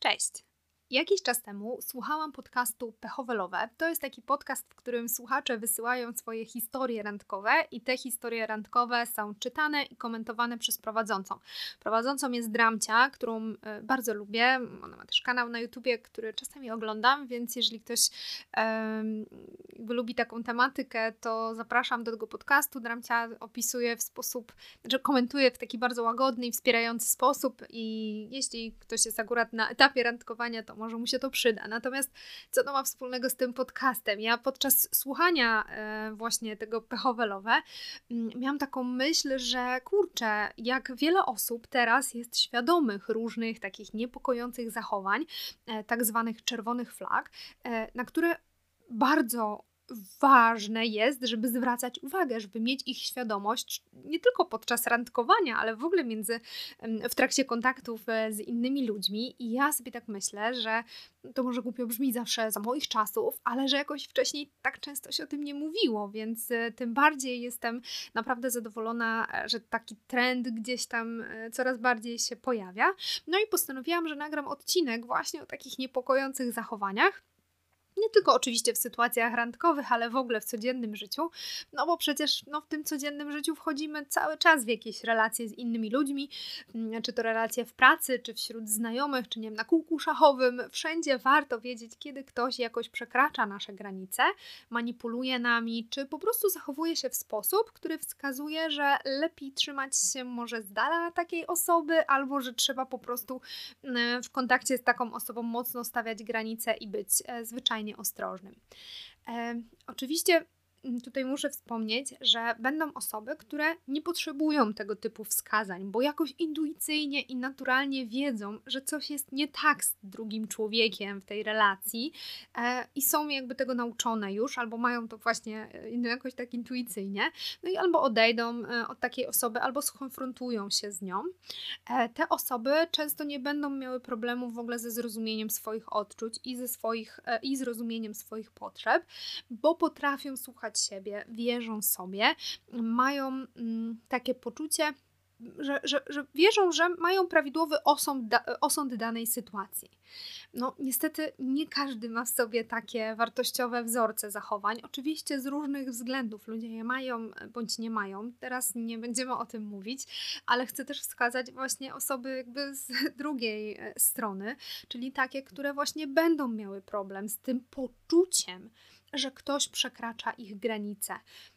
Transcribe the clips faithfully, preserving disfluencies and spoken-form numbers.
Cześć! Jakiś czas temu słuchałam podcastu Pechowe. To jest taki podcast, w którym słuchacze wysyłają swoje historie randkowe i te historie randkowe są czytane i komentowane przez prowadzącą. Prowadzącą jest Dramcia, którą bardzo lubię. Ona ma też kanał na YouTubie, który czasami oglądam, więc jeżeli ktoś um, jakby lubi taką tematykę, to zapraszam do tego podcastu. Dramcia opisuje w sposób, znaczy komentuje w taki bardzo łagodny i wspierający sposób i jeśli ktoś jest akurat na etapie randkowania, to może mu się to przyda. Natomiast co to ma wspólnego z tym podcastem? Ja podczas słuchania e, właśnie tego Pechowe m, miałam taką myśl, że kurczę, jak wiele osób teraz jest świadomych różnych takich niepokojących zachowań, e, tak zwanych czerwonych flag, e, na które bardzo ważne jest, żeby zwracać uwagę, żeby mieć ich świadomość nie tylko podczas randkowania, ale w ogóle między, w trakcie kontaktów z innymi ludźmi. I ja sobie tak myślę, że to może głupio brzmi zawsze za moich czasów, ale że jakoś wcześniej tak często się o tym nie mówiło, więc tym bardziej jestem naprawdę zadowolona, że taki trend gdzieś tam coraz bardziej się pojawia. No i postanowiłam, że nagram odcinek właśnie o takich niepokojących zachowaniach. Nie tylko oczywiście w sytuacjach randkowych, ale w ogóle w codziennym życiu, no bo przecież no, w tym codziennym życiu wchodzimy cały czas w jakieś relacje z innymi ludźmi, czy to relacje w pracy, czy wśród znajomych, czy nie wiem, na kółku szachowym. Wszędzie warto wiedzieć, kiedy ktoś jakoś przekracza nasze granice, manipuluje nami, czy po prostu zachowuje się w sposób, który wskazuje, że lepiej trzymać się może z dala takiej osoby, albo że trzeba po prostu w kontakcie z taką osobą mocno stawiać granice i być zwyczajnie ostrożnym. E, oczywiście tutaj muszę wspomnieć, że będą osoby, które nie potrzebują tego typu wskazań, bo jakoś intuicyjnie i naturalnie wiedzą, że coś jest nie tak z drugim człowiekiem w tej relacji e, i są jakby tego nauczone już, albo mają to właśnie no, jakoś tak intuicyjnie, no i albo odejdą e, od takiej osoby, albo skonfrontują się z nią. E, te osoby często nie będą miały problemów w ogóle ze zrozumieniem swoich odczuć i ze swoich, e, i zrozumieniem swoich potrzeb, bo potrafią słuchać siebie, wierzą sobie, mają mm, takie poczucie, że, że, że wierzą, że mają prawidłowy osąd, da, osąd danej sytuacji. No niestety nie każdy ma w sobie takie wartościowe wzorce zachowań. Oczywiście z różnych względów ludzie je mają bądź nie mają. Teraz nie będziemy o tym mówić, ale chcę też wskazać właśnie osoby jakby z drugiej strony, czyli takie, które właśnie będą miały problem z tym poczuciem, że ktoś przekracza ich granice.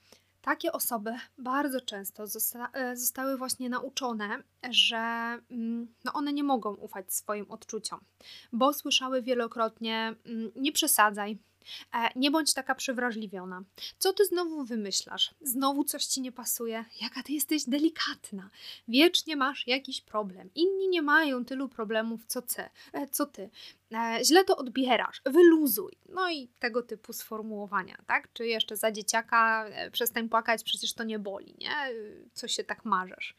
Takie osoby bardzo często zosta- zostały właśnie nauczone, że no one nie mogą ufać swoim odczuciom, bo słyszały wielokrotnie: nie przesadzaj, nie bądź taka przewrażliwiona. Co ty znowu wymyślasz? Znowu coś ci nie pasuje? Jaka ty jesteś delikatna? Wiecznie masz jakiś problem. Inni nie mają tylu problemów co ty. Co ty. Źle to odbierasz. Wyluzuj. No i tego typu sformułowania, tak? Czy jeszcze za dzieciaka: przestań płakać, przecież to nie boli, nie? Co się tak marzesz?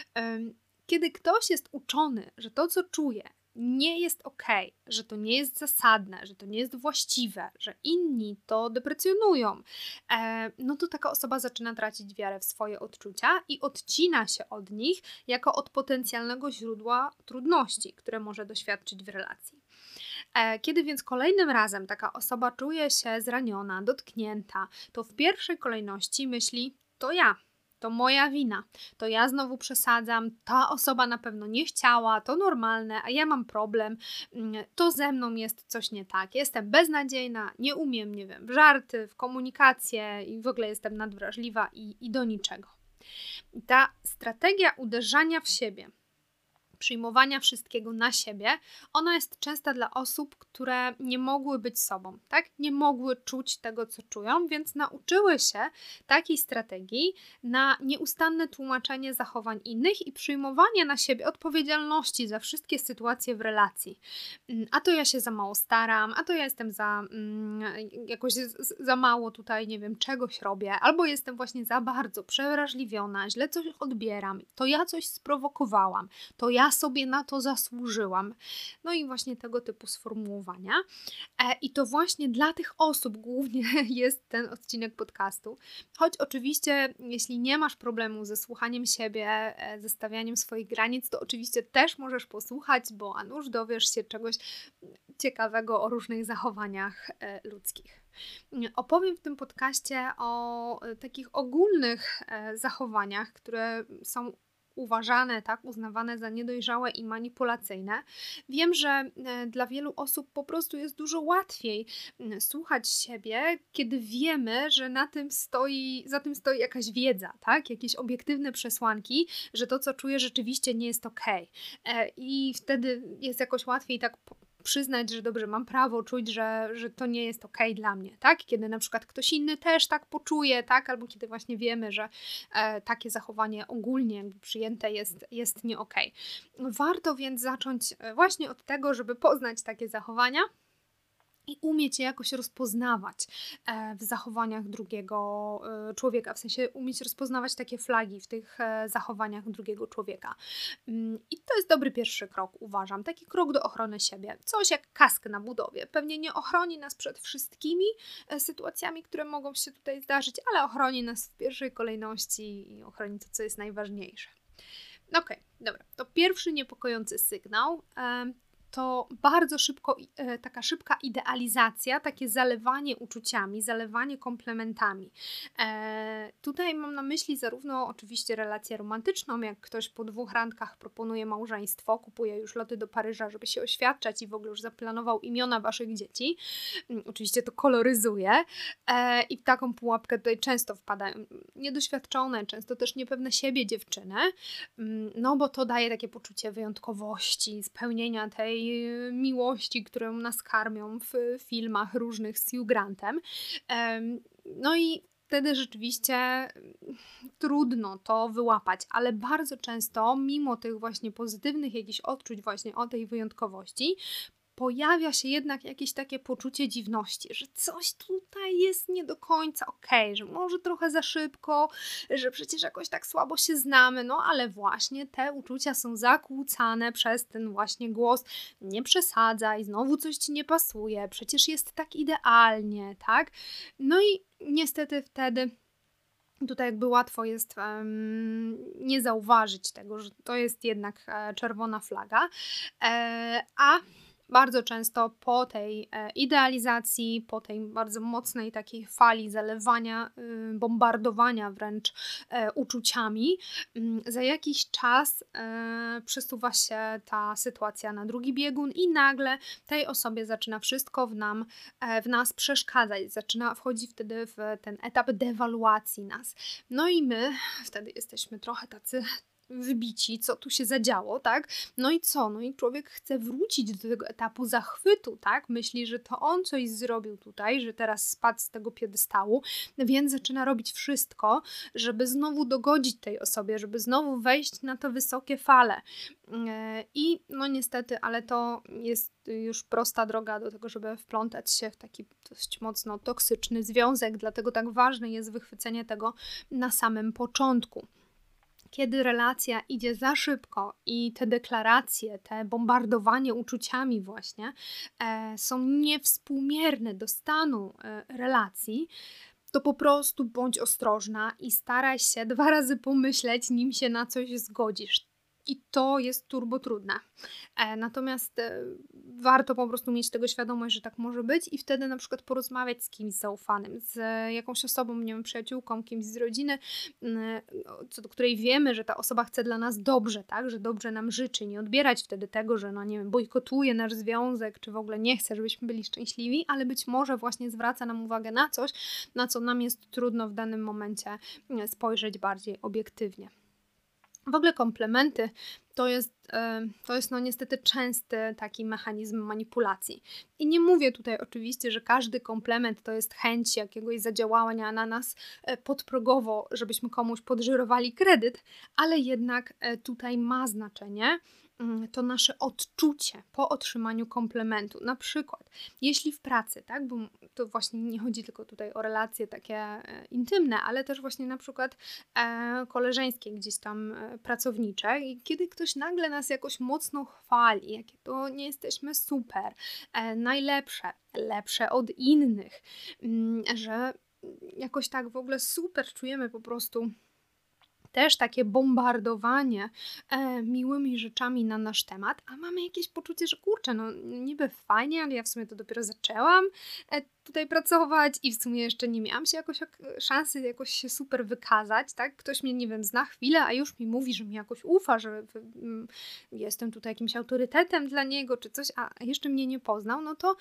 Kiedy ktoś jest uczony, że to, co czuje, nie jest okej, że to nie jest zasadne, że to nie jest właściwe, że inni to deprecjonują, e, no to taka osoba zaczyna tracić wiarę w swoje odczucia i odcina się od nich jako od potencjalnego źródła trudności, które może doświadczyć w relacji. E, kiedy więc kolejnym razem taka osoba czuje się zraniona, dotknięta, to w pierwszej kolejności myśli: to ja. To moja wina, to ja znowu przesadzam, ta osoba na pewno nie chciała, to normalne, a ja mam problem, to ze mną jest coś nie tak, jestem beznadziejna, nie umiem, nie wiem, w żarty, w komunikację i w ogóle jestem nadwrażliwa i, i do niczego. I ta strategia uderzania w siebie, przyjmowania wszystkiego na siebie, ona jest częsta dla osób, które nie mogły być sobą, tak? Nie mogły czuć tego, co czują, więc nauczyły się takiej strategii na nieustanne tłumaczenie zachowań innych i przyjmowanie na siebie odpowiedzialności za wszystkie sytuacje w relacji. A to ja się za mało staram, a to ja jestem za mm, jakoś z, za mało tutaj, nie wiem, czegoś robię, albo jestem właśnie za bardzo przewrażliwiona, źle coś odbieram, to ja coś sprowokowałam, to ja ja sobie na to zasłużyłam. No i właśnie tego typu sformułowania. E, I to właśnie dla tych osób głównie jest ten odcinek podcastu. Choć oczywiście, jeśli nie masz problemu ze słuchaniem siebie, e, ze stawianiem swoich granic, to oczywiście też możesz posłuchać, bo a nuż dowiesz się czegoś ciekawego o różnych zachowaniach e, ludzkich. Opowiem w tym podcaście o e, takich ogólnych e, zachowaniach, które są uważane, tak, uznawane za niedojrzałe i manipulacyjne. Wiem, że e, dla wielu osób po prostu jest dużo łatwiej m, słuchać siebie, kiedy wiemy, że na tym stoi, za tym stoi jakaś wiedza, tak, jakieś obiektywne przesłanki, że to, co czuję, rzeczywiście nie jest okej. E, I wtedy jest jakoś łatwiej tak po- przyznać, że dobrze, mam prawo czuć, że, że to nie jest okej dla mnie, tak? Kiedy na przykład ktoś inny też tak poczuje, tak? Albo kiedy właśnie wiemy, że e, takie zachowanie ogólnie jakby przyjęte jest, jest nie okej. Warto więc zacząć e, właśnie od tego, żeby poznać takie zachowania i umieć je jakoś rozpoznawać e, w zachowaniach drugiego e, człowieka, w sensie umieć rozpoznawać takie flagi w tych e, zachowaniach drugiego człowieka. Mm, I to jest dobry pierwszy krok, uważam, taki krok do ochrony siebie. Coś jak kask na budowie. Pewnie nie ochroni nas przed wszystkimi e, sytuacjami, które mogą się tutaj zdarzyć, ale ochroni nas w pierwszej kolejności i ochroni to, co jest najważniejsze. Okej, dobra. To pierwszy niepokojący sygnał e, to bardzo szybko, e, taka szybka idealizacja, takie zalewanie uczuciami, zalewanie komplementami. E, tutaj mam na myśli zarówno oczywiście relację romantyczną, jak ktoś po dwóch randkach proponuje małżeństwo, kupuje już loty do Paryża, żeby się oświadczać i w ogóle już zaplanował imiona waszych dzieci. Mm, Oczywiście to koloryzuje e, i w taką pułapkę tutaj często wpadają niedoświadczone, często też niepewne siebie dziewczyny, mm, no bo to daje takie poczucie wyjątkowości, spełnienia tej y, miłości, którą nas karmią w filmach różnych z Hugh Grantem. Em, No i wtedy rzeczywiście mm, trudno to wyłapać, ale bardzo często, mimo tych właśnie pozytywnych jakichś odczuć właśnie o tej wyjątkowości, pojawia się jednak jakieś takie poczucie dziwności, że coś tutaj jest nie do końca okej, że może trochę za szybko, że przecież jakoś tak słabo się znamy, no ale właśnie te uczucia są zakłócane przez ten właśnie głos, nie przesadzaj, znowu coś ci nie pasuje, przecież jest tak idealnie, tak? No i niestety wtedy tutaj jakby łatwo jest um, nie zauważyć tego, że to jest jednak e, czerwona flaga, e, a bardzo często po tej e, idealizacji, po tej bardzo mocnej takiej fali zalewania, y, bombardowania wręcz e, uczuciami, mm, za jakiś czas e, przesuwa się ta sytuacja na drugi biegun i nagle tej osobie zaczyna wszystko w, nam, e, w nas przeszkadzać, zaczyna wchodzi wtedy w ten etap dewaluacji nas. No i my wtedy jesteśmy trochę tacy wybici, co tu się zadziało, tak? No i co? No i człowiek chce wrócić do tego etapu zachwytu, tak? Myśli, że to on coś zrobił tutaj, że teraz spadł z tego piedestału, więc zaczyna robić wszystko, żeby znowu dogodzić tej osobie, żeby znowu wejść na te wysokie fale. I no niestety, ale to jest już prosta droga do tego, żeby wplątać się w taki dość mocno toksyczny związek, dlatego tak ważne jest wychwycenie tego na samym początku. Kiedy relacja idzie za szybko i te deklaracje, te bombardowanie uczuciami właśnie e, są niewspółmierne do stanu e, relacji, to po prostu bądź ostrożna i staraj się dwa razy pomyśleć, nim się na coś zgodzisz. I to jest turbo trudne. E, natomiast e, warto po prostu mieć tego świadomość, że tak może być i wtedy na przykład porozmawiać z kimś zaufanym, z jakąś osobą, nie wiem, przyjaciółką, kimś z rodziny, e, co do której wiemy, że ta osoba chce dla nas dobrze, tak, że dobrze nam życzy. Nie odbierać wtedy tego, że no nie wiem, bojkotuje nasz związek, czy w ogóle nie chce, żebyśmy byli szczęśliwi, ale być może właśnie zwraca nam uwagę na coś, na co nam jest trudno w danym momencie spojrzeć bardziej obiektywnie. W ogóle komplementy to jest, to jest no niestety częsty taki mechanizm manipulacji. I nie mówię tutaj oczywiście, że każdy komplement to jest chęć jakiegoś zadziałania na nas podprogowo, żebyśmy komuś podżyrowali kredyt, ale jednak tutaj ma znaczenie, to nasze odczucie po otrzymaniu komplementu. Na przykład, jeśli w pracy, tak, bo to właśnie nie chodzi tylko tutaj o relacje takie e, intymne, ale też właśnie na przykład e, koleżeńskie, gdzieś tam e, pracownicze, i kiedy ktoś nagle nas jakoś mocno chwali, jakie to nie jesteśmy super, e, najlepsze, lepsze od innych, m, że jakoś tak w ogóle super czujemy po prostu też takie bombardowanie e, miłymi rzeczami na nasz temat, a mamy jakieś poczucie, że kurczę, no niby fajnie, ale ja w sumie to dopiero zaczęłam e, tutaj pracować i w sumie jeszcze nie miałam się jakoś jak, szansy jakoś się super wykazać, tak? Ktoś mnie, nie wiem, zna chwilę, a już mi mówi, że mi jakoś ufa, że w, m, jestem tutaj jakimś autorytetem dla niego, czy coś, a jeszcze mnie nie poznał, no to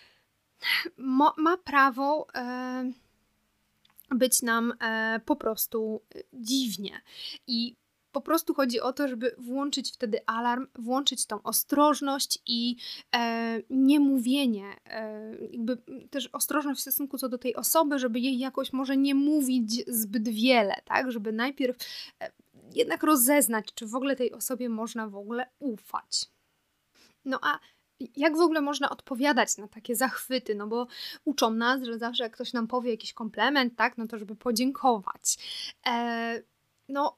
mo, ma prawo... E, być nam e, po prostu e, dziwnie. I po prostu chodzi o to, żeby włączyć wtedy alarm, włączyć tą ostrożność i e, niemówienie, e, jakby też ostrożność w stosunku co do tej osoby, żeby jej jakoś może nie mówić zbyt wiele, tak? Żeby najpierw e, jednak rozeznać, czy w ogóle tej osobie można w ogóle ufać. No a jak w ogóle można odpowiadać na takie zachwyty? No bo uczą nas, że zawsze jak ktoś nam powie jakiś komplement, tak, no to żeby podziękować. E, no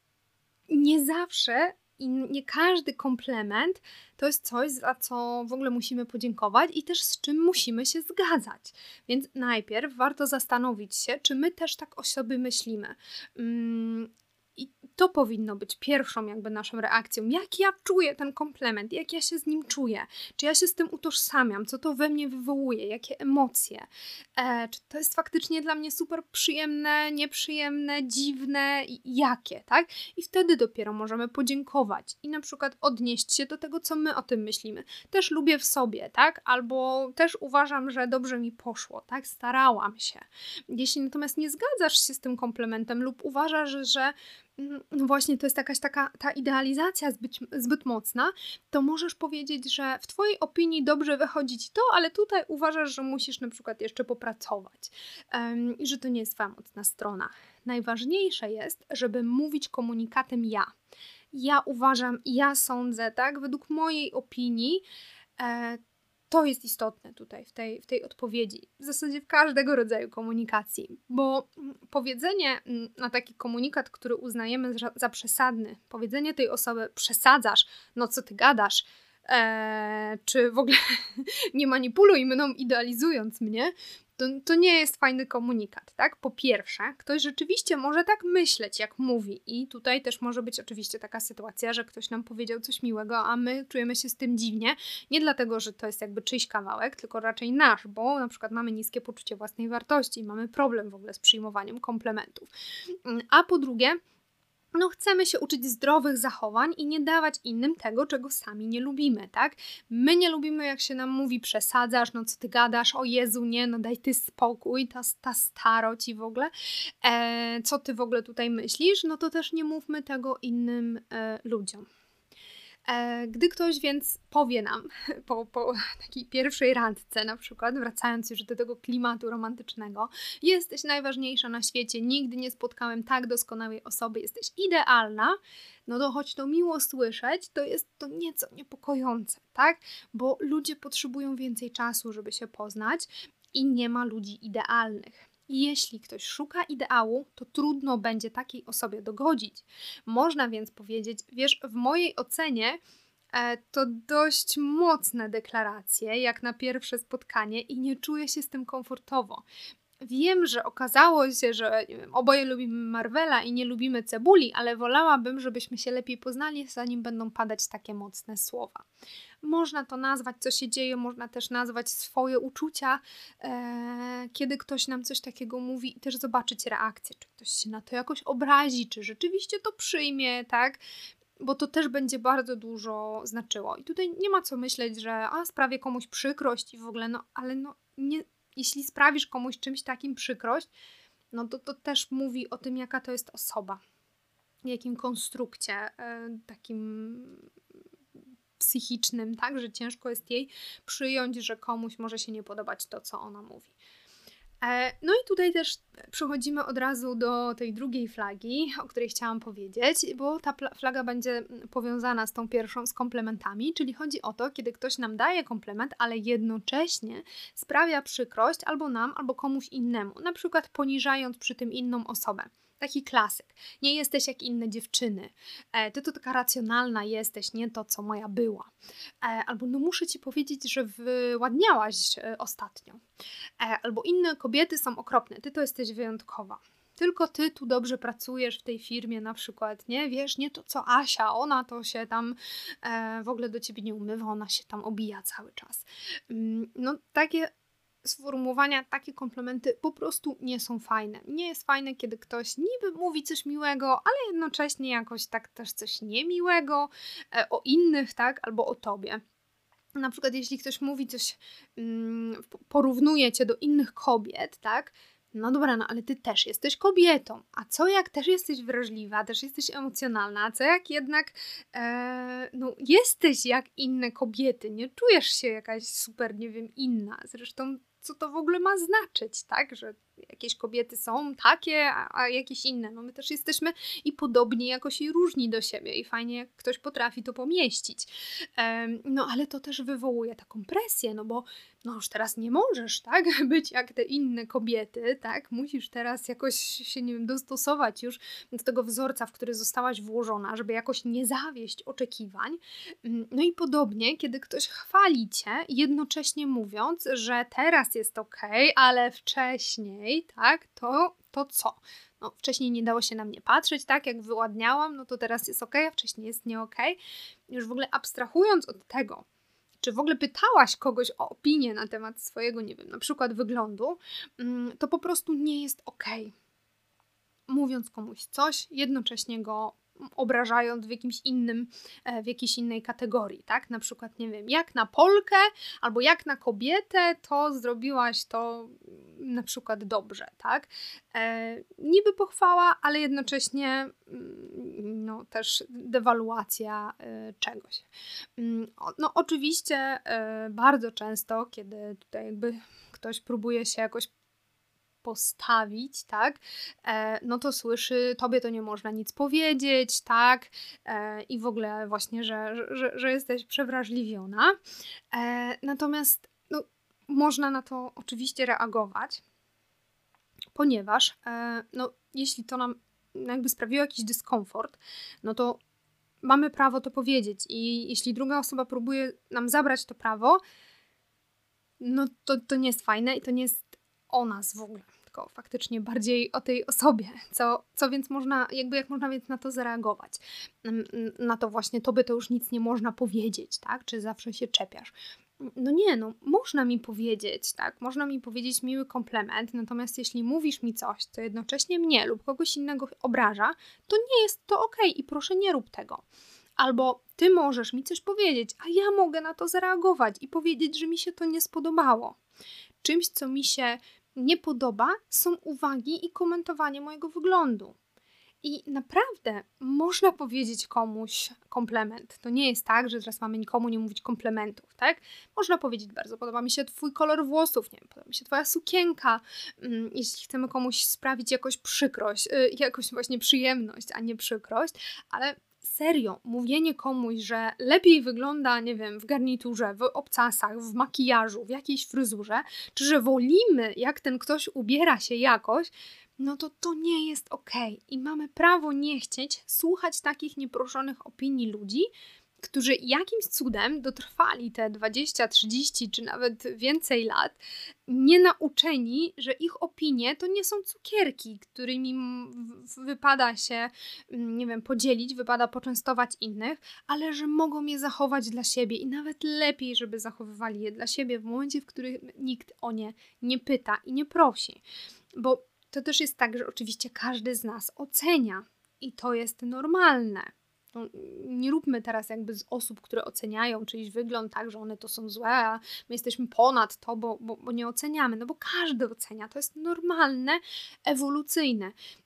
nie zawsze i nie każdy komplement to jest coś, za co w ogóle musimy podziękować i też z czym musimy się zgadzać. Więc najpierw warto zastanowić się, czy my też tak o sobie myślimy. Mm, I to powinno być pierwszą jakby naszą reakcją. Jak ja czuję ten komplement? Jak ja się z nim czuję? Czy ja się z tym utożsamiam? Co to we mnie wywołuje? Jakie emocje? E, czy to jest faktycznie dla mnie super przyjemne, nieprzyjemne, dziwne? I jakie, tak? I wtedy dopiero możemy podziękować i na przykład odnieść się do tego, co my o tym myślimy. Też lubię w sobie, tak? Albo też uważam, że dobrze mi poszło, tak? Starałam się. Jeśli natomiast nie zgadzasz się z tym komplementem lub uważasz, że no właśnie to jest jakaś taka ta idealizacja zbyt, zbyt mocna, to możesz powiedzieć, że w twojej opinii dobrze wychodzi ci to, ale tutaj uważasz, że musisz na przykład jeszcze popracować um, i że to nie jest twoja mocna strona. Najważniejsze jest, żeby mówić komunikatem ja. Ja uważam, ja sądzę, tak, według mojej opinii e, to jest istotne tutaj w tej, w tej odpowiedzi, w zasadzie w każdego rodzaju komunikacji, bo powiedzenie na taki komunikat, który uznajemy za, za przesadny, powiedzenie tej osoby przesadzasz, no co ty gadasz, eee, czy w ogóle nie manipuluj mną idealizując mnie, to, to nie jest fajny komunikat, tak? Po pierwsze, ktoś rzeczywiście może tak myśleć, jak mówi i tutaj też może być oczywiście taka sytuacja, że ktoś nam powiedział coś miłego, a my czujemy się z tym dziwnie, nie dlatego, że to jest jakby czyjś kawałek, tylko raczej nasz, bo na przykład mamy niskie poczucie własnej wartości i mamy problem w ogóle z przyjmowaniem komplementów. A po drugie, no chcemy się uczyć zdrowych zachowań i nie dawać innym tego, czego sami nie lubimy, tak? My nie lubimy, jak się nam mówi przesadzasz, no co ty gadasz, o Jezu, nie, no daj ty spokój, ta, ta starość i w ogóle, e, co ty w ogóle tutaj myślisz, no to też nie mówmy tego innym e, ludziom. Gdy ktoś więc powie nam po, po takiej pierwszej randce na przykład, wracając już do tego klimatu romantycznego, jesteś najważniejsza na świecie, nigdy nie spotkałem tak doskonałej osoby, jesteś idealna, no to choć to miło słyszeć, to jest to nieco niepokojące, tak? Bo ludzie potrzebują więcej czasu, żeby się poznać i nie ma ludzi idealnych. Jeśli ktoś szuka ideału, to trudno będzie takiej osobie dogodzić. Można więc powiedzieć, wiesz, w mojej ocenie e, to dość mocne deklaracje, jak na pierwsze spotkanie i nie czuję się z tym komfortowo. Wiem, że okazało się, że nie wiem, oboje lubimy Marvela i nie lubimy cebuli, ale wolałabym, żebyśmy się lepiej poznali, zanim będą padać takie mocne słowa. Można to nazwać, co się dzieje, można też nazwać swoje uczucia, e, kiedy ktoś nam coś takiego mówi i też zobaczyć reakcję, czy ktoś się na to jakoś obrazi, czy rzeczywiście to przyjmie, tak? Bo to też będzie bardzo dużo znaczyło. I tutaj nie ma co myśleć, że a, sprawię komuś przykrość i w ogóle, no ale no nie, jeśli sprawisz komuś czymś takim przykrość, no to to też mówi o tym, jaka to jest osoba, w jakim konstrukcie e, takim psychicznym, tak, że ciężko jest jej przyjąć, że komuś może się nie podobać to, co ona mówi. No i tutaj też przechodzimy od razu do tej drugiej flagi, o której chciałam powiedzieć, bo ta flaga będzie powiązana z tą pierwszą, z komplementami, czyli chodzi o to, kiedy ktoś nam daje komplement, ale jednocześnie sprawia przykrość albo nam, albo komuś innemu, na przykład poniżając przy tym inną osobę. Taki klasyk. Nie jesteś jak inne dziewczyny. E, ty to taka racjonalna jesteś, nie to, co moja była. E, albo no muszę ci powiedzieć, że wyładniałaś e, ostatnio. E, albo inne kobiety są okropne. Ty to jesteś wyjątkowa. Tylko ty tu dobrze pracujesz w tej firmie na przykład, nie? Wiesz, nie to co Asia, ona to się tam e, w ogóle do ciebie nie umywa, ona się tam obija cały czas. Mm, no takie sformułowania, takie komplementy po prostu nie są fajne. Nie jest fajne, kiedy ktoś niby mówi coś miłego, ale jednocześnie jakoś tak też coś niemiłego e, o innych, tak? Albo o tobie. Na przykład jeśli ktoś mówi coś, mm, porównuje cię do innych kobiet, tak? No dobra, no ale ty też jesteś kobietą. A co jak też jesteś wrażliwa, też jesteś emocjonalna? A co jak jednak e, no, jesteś jak inne kobiety? Nie czujesz się jakaś super, nie wiem, inna. Zresztą co to w ogóle ma znaczyć, tak? Że jakieś kobiety są takie, a, a jakieś inne. No my też jesteśmy i podobni jakoś i różni do siebie i fajnie jak ktoś potrafi to pomieścić. Um, no ale to też wywołuje taką presję, no bo no już teraz nie możesz, tak? Być jak te inne kobiety, tak? Musisz teraz jakoś się, nie wiem, dostosować już do tego wzorca, w który zostałaś włożona, żeby jakoś nie zawieść oczekiwań. No i podobnie, kiedy ktoś chwali cię, jednocześnie mówiąc, że teraz jest okej, ale wcześniej, tak? To, to co? No, wcześniej nie dało się na mnie patrzeć, tak? Jak wyładniałam, no to teraz jest okej, a wcześniej jest nie okej. Już w ogóle abstrahując od tego, czy w ogóle pytałaś kogoś o opinię na temat swojego, nie wiem, na przykład wyglądu, to po prostu nie jest okej. Mówiąc komuś coś, jednocześnie go obrażając w jakimś innym, w jakiejś innej kategorii, tak? Na przykład, nie wiem, jak na Polkę albo jak na kobietę, to zrobiłaś to na przykład dobrze, tak? E, niby pochwała, ale jednocześnie no też dewaluacja e, czegoś. No oczywiście e, bardzo często, kiedy tutaj jakby ktoś próbuje się jakoś postawić, tak, e, no to słyszy, tobie to nie można nic powiedzieć, tak, e, i w ogóle właśnie, że, że, że jesteś przewrażliwiona. E, natomiast no, można na to oczywiście reagować, ponieważ e, no, jeśli to nam jakby sprawiło jakiś dyskomfort, no to mamy prawo to powiedzieć i jeśli druga osoba próbuje nam zabrać to prawo, no to, to nie jest fajne i to nie jest o nas w ogóle, tylko faktycznie bardziej o tej osobie, co, co więc można, jakby jak można więc na to zareagować, na to właśnie tobie to już nic nie można powiedzieć, tak, czy zawsze się czepiasz. No nie, no można mi powiedzieć, tak, można mi powiedzieć miły komplement, natomiast jeśli mówisz mi coś, co jednocześnie mnie lub kogoś innego obraża, to nie jest to okej i proszę nie rób tego. Albo ty możesz mi coś powiedzieć, a ja mogę na to zareagować i powiedzieć, że mi się to nie spodobało. Czymś, co mi się nie podoba, są uwagi i komentowanie mojego wyglądu. I naprawdę można powiedzieć komuś komplement. To nie jest tak, że teraz mamy nikomu nie mówić komplementów, tak? Można powiedzieć bardzo, podoba mi się twój kolor włosów, nie wiem, podoba mi się twoja sukienka. Jeśli chcemy komuś sprawić jakoś przykrość, jakoś właśnie przyjemność, a nie przykrość, ale serio, mówienie komuś, że lepiej wygląda, nie wiem, w garniturze, w obcasach, w makijażu, w jakiejś fryzurze, czy że wolimy, jak ten ktoś ubiera się jakoś, no to to nie jest okej. I mamy prawo nie chcieć słuchać takich nieproszonych opinii ludzi, którzy jakimś cudem dotrwali te dwadzieścia, trzydzieści czy nawet więcej lat, nie nauczeni, że ich opinie to nie są cukierki, którymi wypada się, nie wiem, podzielić, wypada poczęstować innych, ale że mogą je zachować dla siebie i nawet lepiej, żeby zachowywali je dla siebie w momencie, w którym nikt o nie nie pyta i nie prosi. Bo to też jest tak, że oczywiście każdy z nas ocenia i to jest normalne. No, nie róbmy teraz jakby z osób, które oceniają czyjś wygląd tak, że one to są złe, a my jesteśmy ponad to, bo, bo, bo nie oceniamy. No bo każdy ocenia. To jest normalne, ewolucyjne.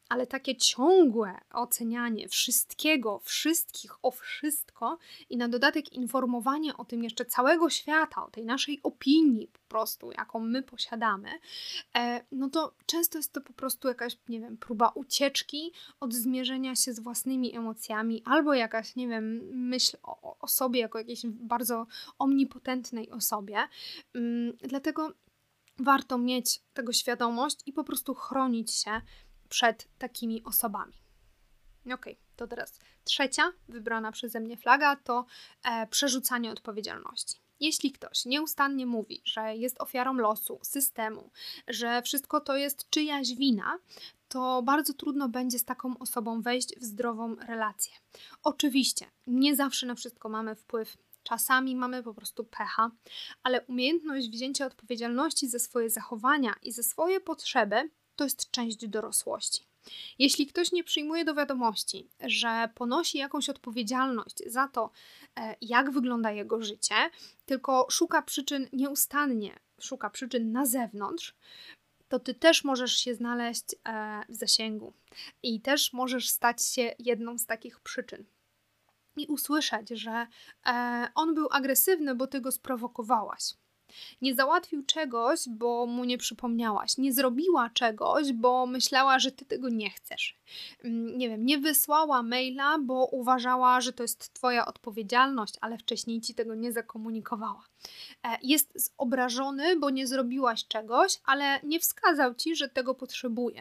Ale takie ciągłe ocenianie wszystkiego, wszystkich o wszystko i na dodatek informowanie o tym jeszcze całego świata, o tej naszej opinii po prostu, jaką my posiadamy, e, no to często jest to po prostu jakaś, nie wiem, próba ucieczki od zmierzenia się z własnymi emocjami albo jakaś, nie wiem, myśl o, o sobie jako jakiejś bardzo omnipotentnej osobie. Ym, dlatego warto mieć tego świadomość i po prostu chronić się przed takimi osobami. Ok, to teraz trzecia wybrana przeze mnie flaga to e, przerzucanie odpowiedzialności. Jeśli ktoś nieustannie mówi, że jest ofiarą losu, systemu, że wszystko to jest czyjaś wina, to bardzo trudno będzie z taką osobą wejść w zdrową relację. Oczywiście, nie zawsze na wszystko mamy wpływ. Czasami mamy po prostu pecha, ale umiejętność wzięcia odpowiedzialności za swoje zachowania i za swoje potrzeby to jest część dorosłości. Jeśli ktoś nie przyjmuje do wiadomości, że ponosi jakąś odpowiedzialność za to, jak wygląda jego życie, tylko szuka przyczyn nieustannie, szuka przyczyn na zewnątrz, to ty też możesz się znaleźć w zasięgu i też możesz stać się jedną z takich przyczyn. I usłyszeć, że on był agresywny, bo ty go sprowokowałaś. Nie załatwił czegoś, bo mu nie przypomniałaś. Nie zrobiła czegoś, bo myślała, że ty tego nie chcesz. Nie wiem, nie wysłała maila, bo uważała, że to jest twoja odpowiedzialność, ale wcześniej ci tego nie zakomunikowała. Jest obrażony, bo nie zrobiłaś czegoś, ale nie wskazał ci, że tego potrzebuje.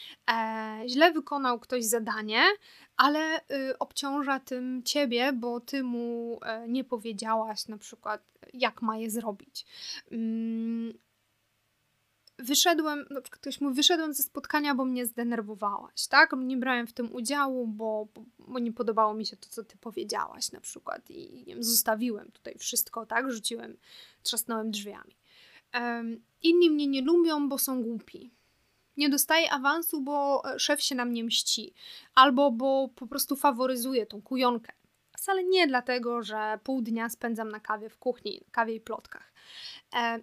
Źle wykonał ktoś zadanie, ale y, obciąża tym ciebie, bo ty mu y, nie powiedziałaś na przykład, jak ma je zrobić. Ym, wyszedłem, na przykład ktoś mówi, wyszedłem ze spotkania, bo mnie zdenerwowałaś, tak? Nie brałem w tym udziału, bo, bo, bo nie podobało mi się to, co ty powiedziałaś na przykład i nie wiem, zostawiłem tutaj wszystko, tak? Rzuciłem, trzasnąłem drzwiami. Ym, inni mnie nie lubią, bo są głupi. Nie dostaję awansu, bo szef się na mnie mści. Albo bo po prostu faworyzuje tą kujonkę. Wcale nie dlatego, że pół dnia spędzam na kawie w kuchni, kawie i plotkach. E,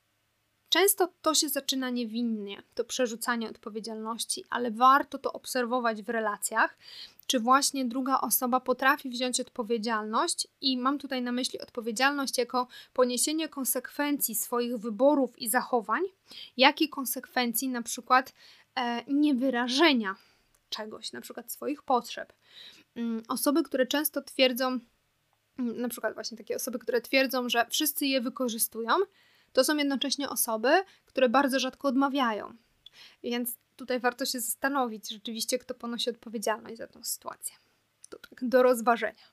często to się zaczyna niewinnie, to przerzucanie odpowiedzialności, ale warto to obserwować w relacjach, czy właśnie druga osoba potrafi wziąć odpowiedzialność i mam tutaj na myśli odpowiedzialność jako poniesienie konsekwencji swoich wyborów i zachowań, jak i konsekwencji na przykład e, niewyrażenia czegoś, na przykład swoich potrzeb. Um, osoby, które często twierdzą, um, na przykład właśnie takie osoby, które twierdzą, że wszyscy je wykorzystują, to są jednocześnie osoby, które bardzo rzadko odmawiają. Więc tutaj warto się zastanowić rzeczywiście, kto ponosi odpowiedzialność za tę sytuację. To tak do rozważenia.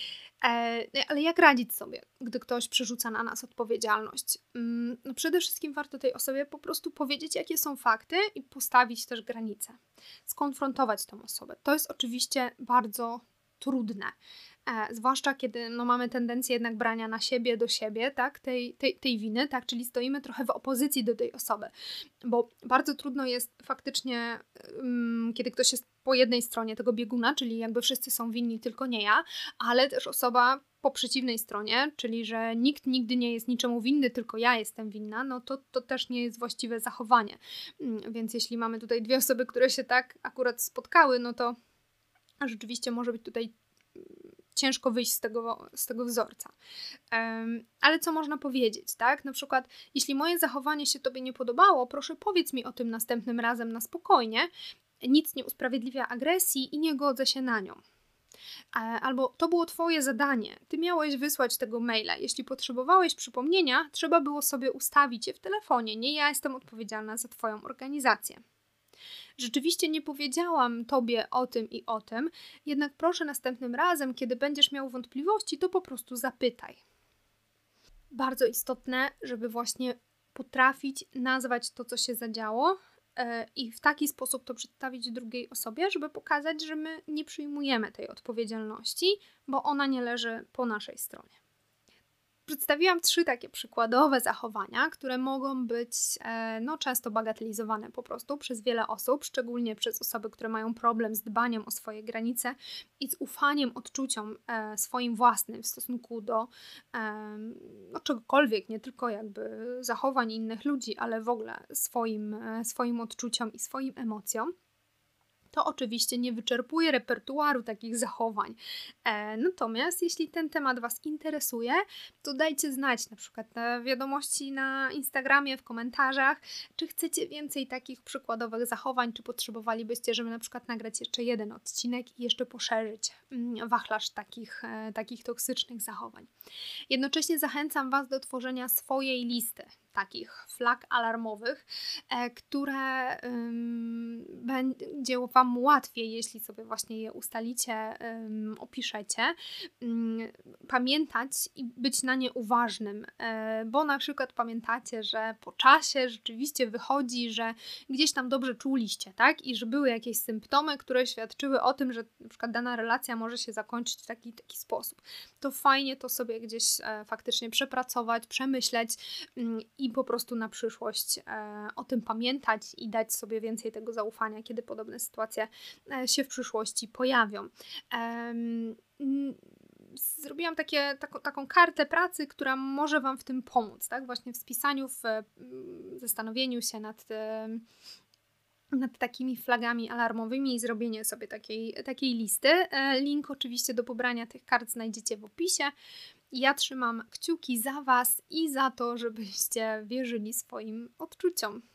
E, ale jak radzić sobie, gdy ktoś przerzuca na nas odpowiedzialność? Mm, no przede wszystkim warto tej osobie po prostu powiedzieć, jakie są fakty i postawić też granice. Skonfrontować tą osobę. To jest oczywiście bardzo trudne. E, zwłaszcza kiedy no, mamy tendencję jednak brania na siebie, do siebie, tak, tej, tej, tej winy, tak, czyli stoimy trochę w opozycji do tej osoby, bo bardzo trudno jest faktycznie, um, kiedy ktoś jest po jednej stronie tego bieguna, czyli jakby wszyscy są winni, tylko nie ja, ale też osoba po przeciwnej stronie, czyli że nikt nigdy nie jest niczemu winny, tylko ja jestem winna, no to, to też nie jest właściwe zachowanie. Um, więc jeśli mamy tutaj dwie osoby, które się tak akurat spotkały, no to rzeczywiście może być tutaj ciężko wyjść z tego, z tego wzorca. Um, ale co można powiedzieć, tak? Na przykład, jeśli moje zachowanie się tobie nie podobało, proszę powiedz mi o tym następnym razem na spokojnie. Nic nie usprawiedliwia agresji i nie godzę się na nią. Albo to było twoje zadanie, ty miałeś wysłać tego maila. Jeśli potrzebowałeś przypomnienia, trzeba było sobie ustawić je w telefonie. Nie ja jestem odpowiedzialna za twoją organizację. Rzeczywiście nie powiedziałam tobie o tym i o tym, jednak proszę następnym razem, kiedy będziesz miał wątpliwości, to po prostu zapytaj. Bardzo istotne, żeby właśnie potrafić nazwać to, co się zadziało yy, i w taki sposób to przedstawić drugiej osobie, żeby pokazać, że my nie przyjmujemy tej odpowiedzialności, bo ona nie leży po naszej stronie. Przedstawiłam trzy takie przykładowe zachowania, które mogą być e, no, często bagatelizowane po prostu przez wiele osób, szczególnie przez osoby, które mają problem z dbaniem o swoje granice i z ufaniem odczuciom e, swoim własnym w stosunku do e, no, czegokolwiek, nie tylko jakby zachowań innych ludzi, ale w ogóle swoim, e, swoim odczuciom i swoim emocjom. To oczywiście nie wyczerpuje repertuaru takich zachowań. E, natomiast jeśli ten temat Was interesuje, to dajcie znać na przykład na wiadomości na Instagramie, w komentarzach, czy chcecie więcej takich przykładowych zachowań, czy potrzebowalibyście, żeby na przykład nagrać jeszcze jeden odcinek i jeszcze poszerzyć mm, wachlarz takich, e, takich toksycznych zachowań. Jednocześnie zachęcam Was do tworzenia swojej listy takich flag alarmowych, e, które ym, będzie Wam łatwiej, jeśli sobie właśnie je ustalicie, ym, opiszecie, ym, pamiętać i być na nie uważnym, e, bo na przykład pamiętacie, że po czasie rzeczywiście wychodzi, że gdzieś tam dobrze czuliście, tak? I że były jakieś symptomy, które świadczyły o tym, że na przykład dana relacja może się zakończyć w taki, taki sposób. To fajnie to sobie gdzieś e, faktycznie przepracować, przemyśleć ym, i po prostu na przyszłość e, o tym pamiętać i dać sobie więcej tego zaufania, kiedy podobne sytuacje e, się w przyszłości pojawią. E, Zrobiłam takie, taką, taką kartę pracy, która może Wam w tym pomóc, tak? Właśnie w spisaniu, w zastanowieniu się nad, nad takimi flagami alarmowymi i zrobienie sobie takiej, takiej listy. Link oczywiście do pobrania tych kart znajdziecie w opisie. Ja trzymam kciuki za Was i za to, żebyście wierzyli swoim odczuciom.